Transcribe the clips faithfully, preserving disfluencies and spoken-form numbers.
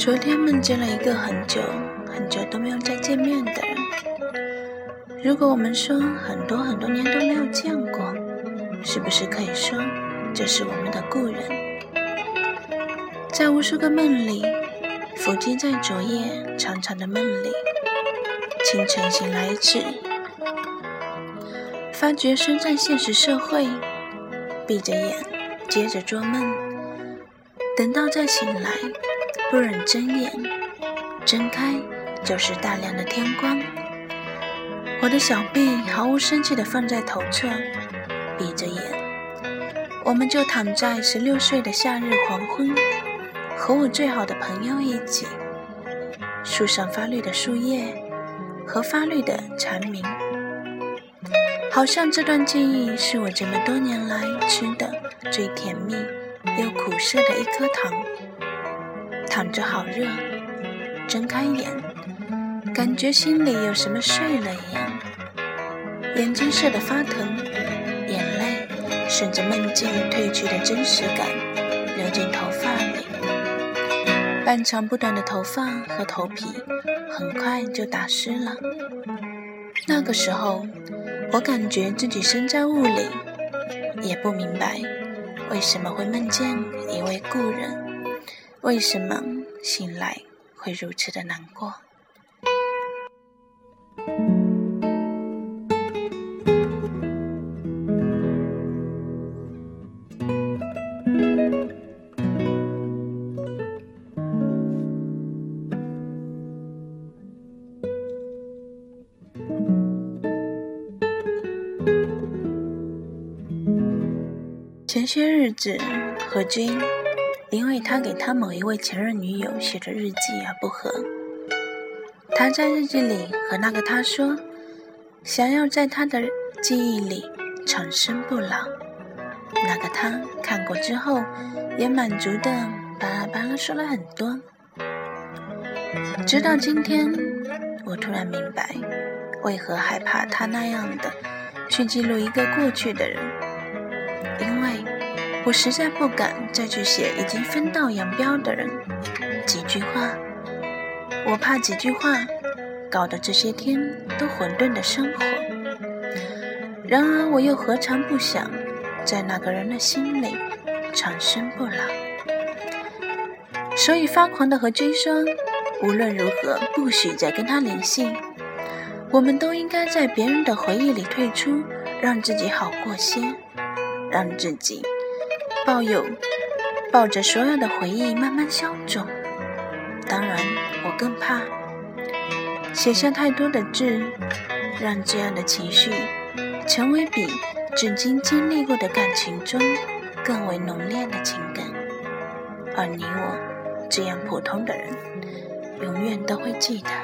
昨天梦见了一个很久很久都没有再见面的人。如果我们说很多很多年都没有见过，是不是可以说这是我们的故人？在无数个梦里，伏击在昨夜长长的梦里，清晨醒来一次，发觉身在现实社会，闭着眼接着做梦，等到再醒来，不忍睁眼，睁开就是大亮的天光。我的小臂毫无生气地放在头侧，闭着眼，我们就躺在十六岁的夏日黄昏，和我最好的朋友一起，树上发绿的树叶和发绿的蝉鸣，好像这段记忆是我这么多年来吃的最甜蜜又苦涩的一颗糖。躺着好热，睁开眼，感觉心里有什么碎了一样，眼睛涩得发疼，眼泪顺着梦境褪去的真实感流进头发里，半长不短的头发和头皮很快就打湿了。那个时候我感觉自己身在雾里，也不明白为什么会梦见一位故人，为什么醒来会如此的难过。前些日子何君因为他给他某一位前任女友写的日记而不和。他在日记里和那个他说，想要在他的记忆里长生不老。那个他看过之后也满足的巴拉巴拉说了很多。直到今天，我突然明白为何害怕他那样的去记录一个过去的人，因为我实在不敢再去写已经分道扬镳的人。几句话，我怕几句话搞得这些天都混沌的生活。然而我又何尝不想在那个人的心里长生不老。所以发狂的和君说，无论如何不许再跟他联系，我们都应该在别人的回忆里退出，让自己好过些，让自己抱有抱着所有的回忆慢慢消肿。当然我更怕写下太多的字，让这样的情绪成为比至今经历过的感情中更为浓烈的情感，而你我这样普通的人永远都会记得。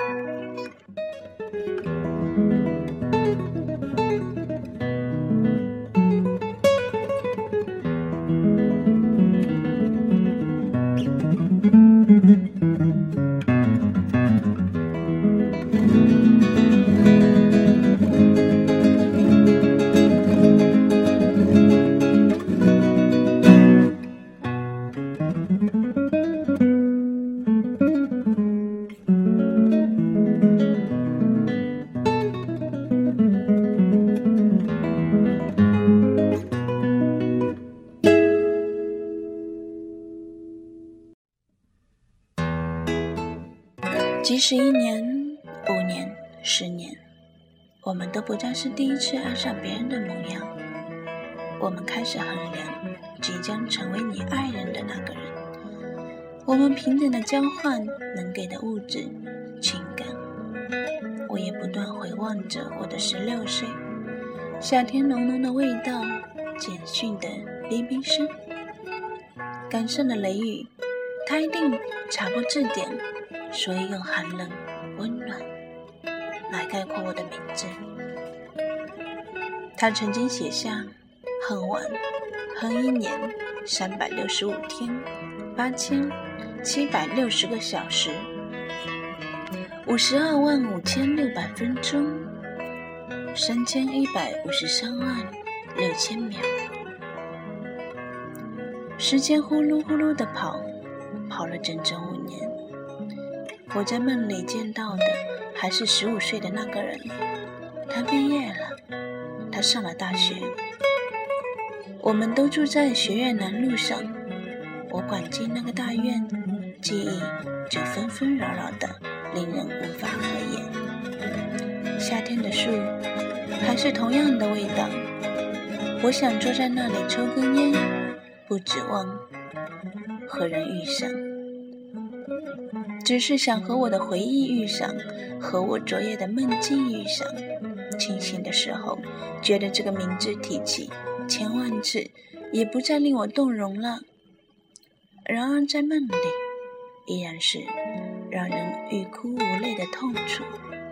即使一年、五年、十年，我们都不再是第一次爱上别人的模样。我们开始衡量即将成为你爱人的那个人，我们平等的交换能给的物质、情感。我也不断回望着我的十六岁，夏天浓浓的味道，简讯的哔哔声，赶上了雷雨，他一定查过字典，所以用寒冷、温暖来概括我的名字。他曾经写下恨晚，恨一年三百六十五天，八千七百六十个小时，五十二万五千六百分钟，三千一百五十三万六千秒。时间呼噜呼噜地跑，跑了整整五年。 我在梦里见到的还是十五岁的那个人。他毕业了，他上了大学。我们都住在学院南路上。我拐进那个大院，记忆就纷纷扰扰的，令人无法合眼。夏天的树还是同样的味道。我想坐在那里抽根烟，不指望和人遇上，只是想和我的回忆遇上，和我昨夜的梦境遇上。清醒的时候，觉得这个名字提起千万次，也不再令我动容了。然而在梦里，依然是让人欲哭无泪的痛楚。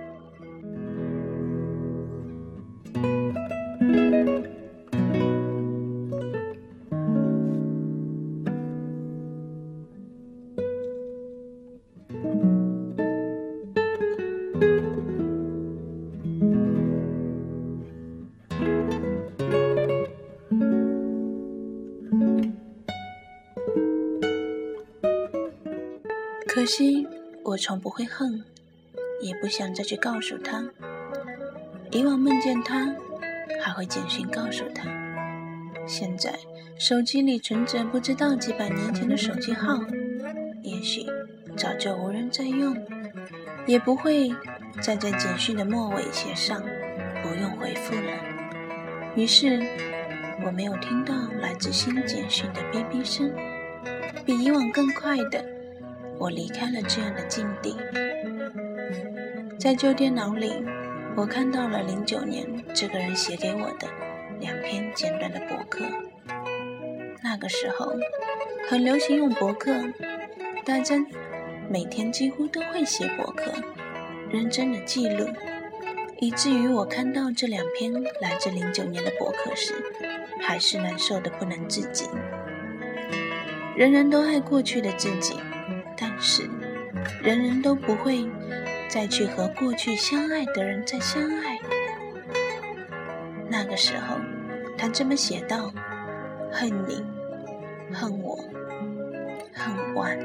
可惜我从不会恨，也不想再去告诉他。以往梦见他，还会简讯告诉他。现在手机里存着不知道几百年前的手机号，也许早就无人在用，也不会再在简讯的末尾写上不用回复了。于是我没有听到来自新简讯的哔哔声，比以往更快的我离开了这样的境地。在旧电脑里，我看到了零九年这个人写给我的两篇简短的博客。那个时候很流行用博客，大家每天几乎都会写博客，认真的记录，以至于我看到这两篇来自零九年的博客时，还是难受的不能自己。人人都爱过去的自己，但是人人都不会再去和过去相爱的人再相爱。那个时候他这么写道：恨你，恨我，恨晚。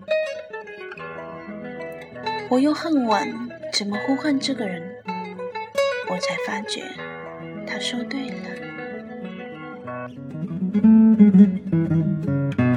我又恨晚怎么呼唤这个人，我才发觉他说对了。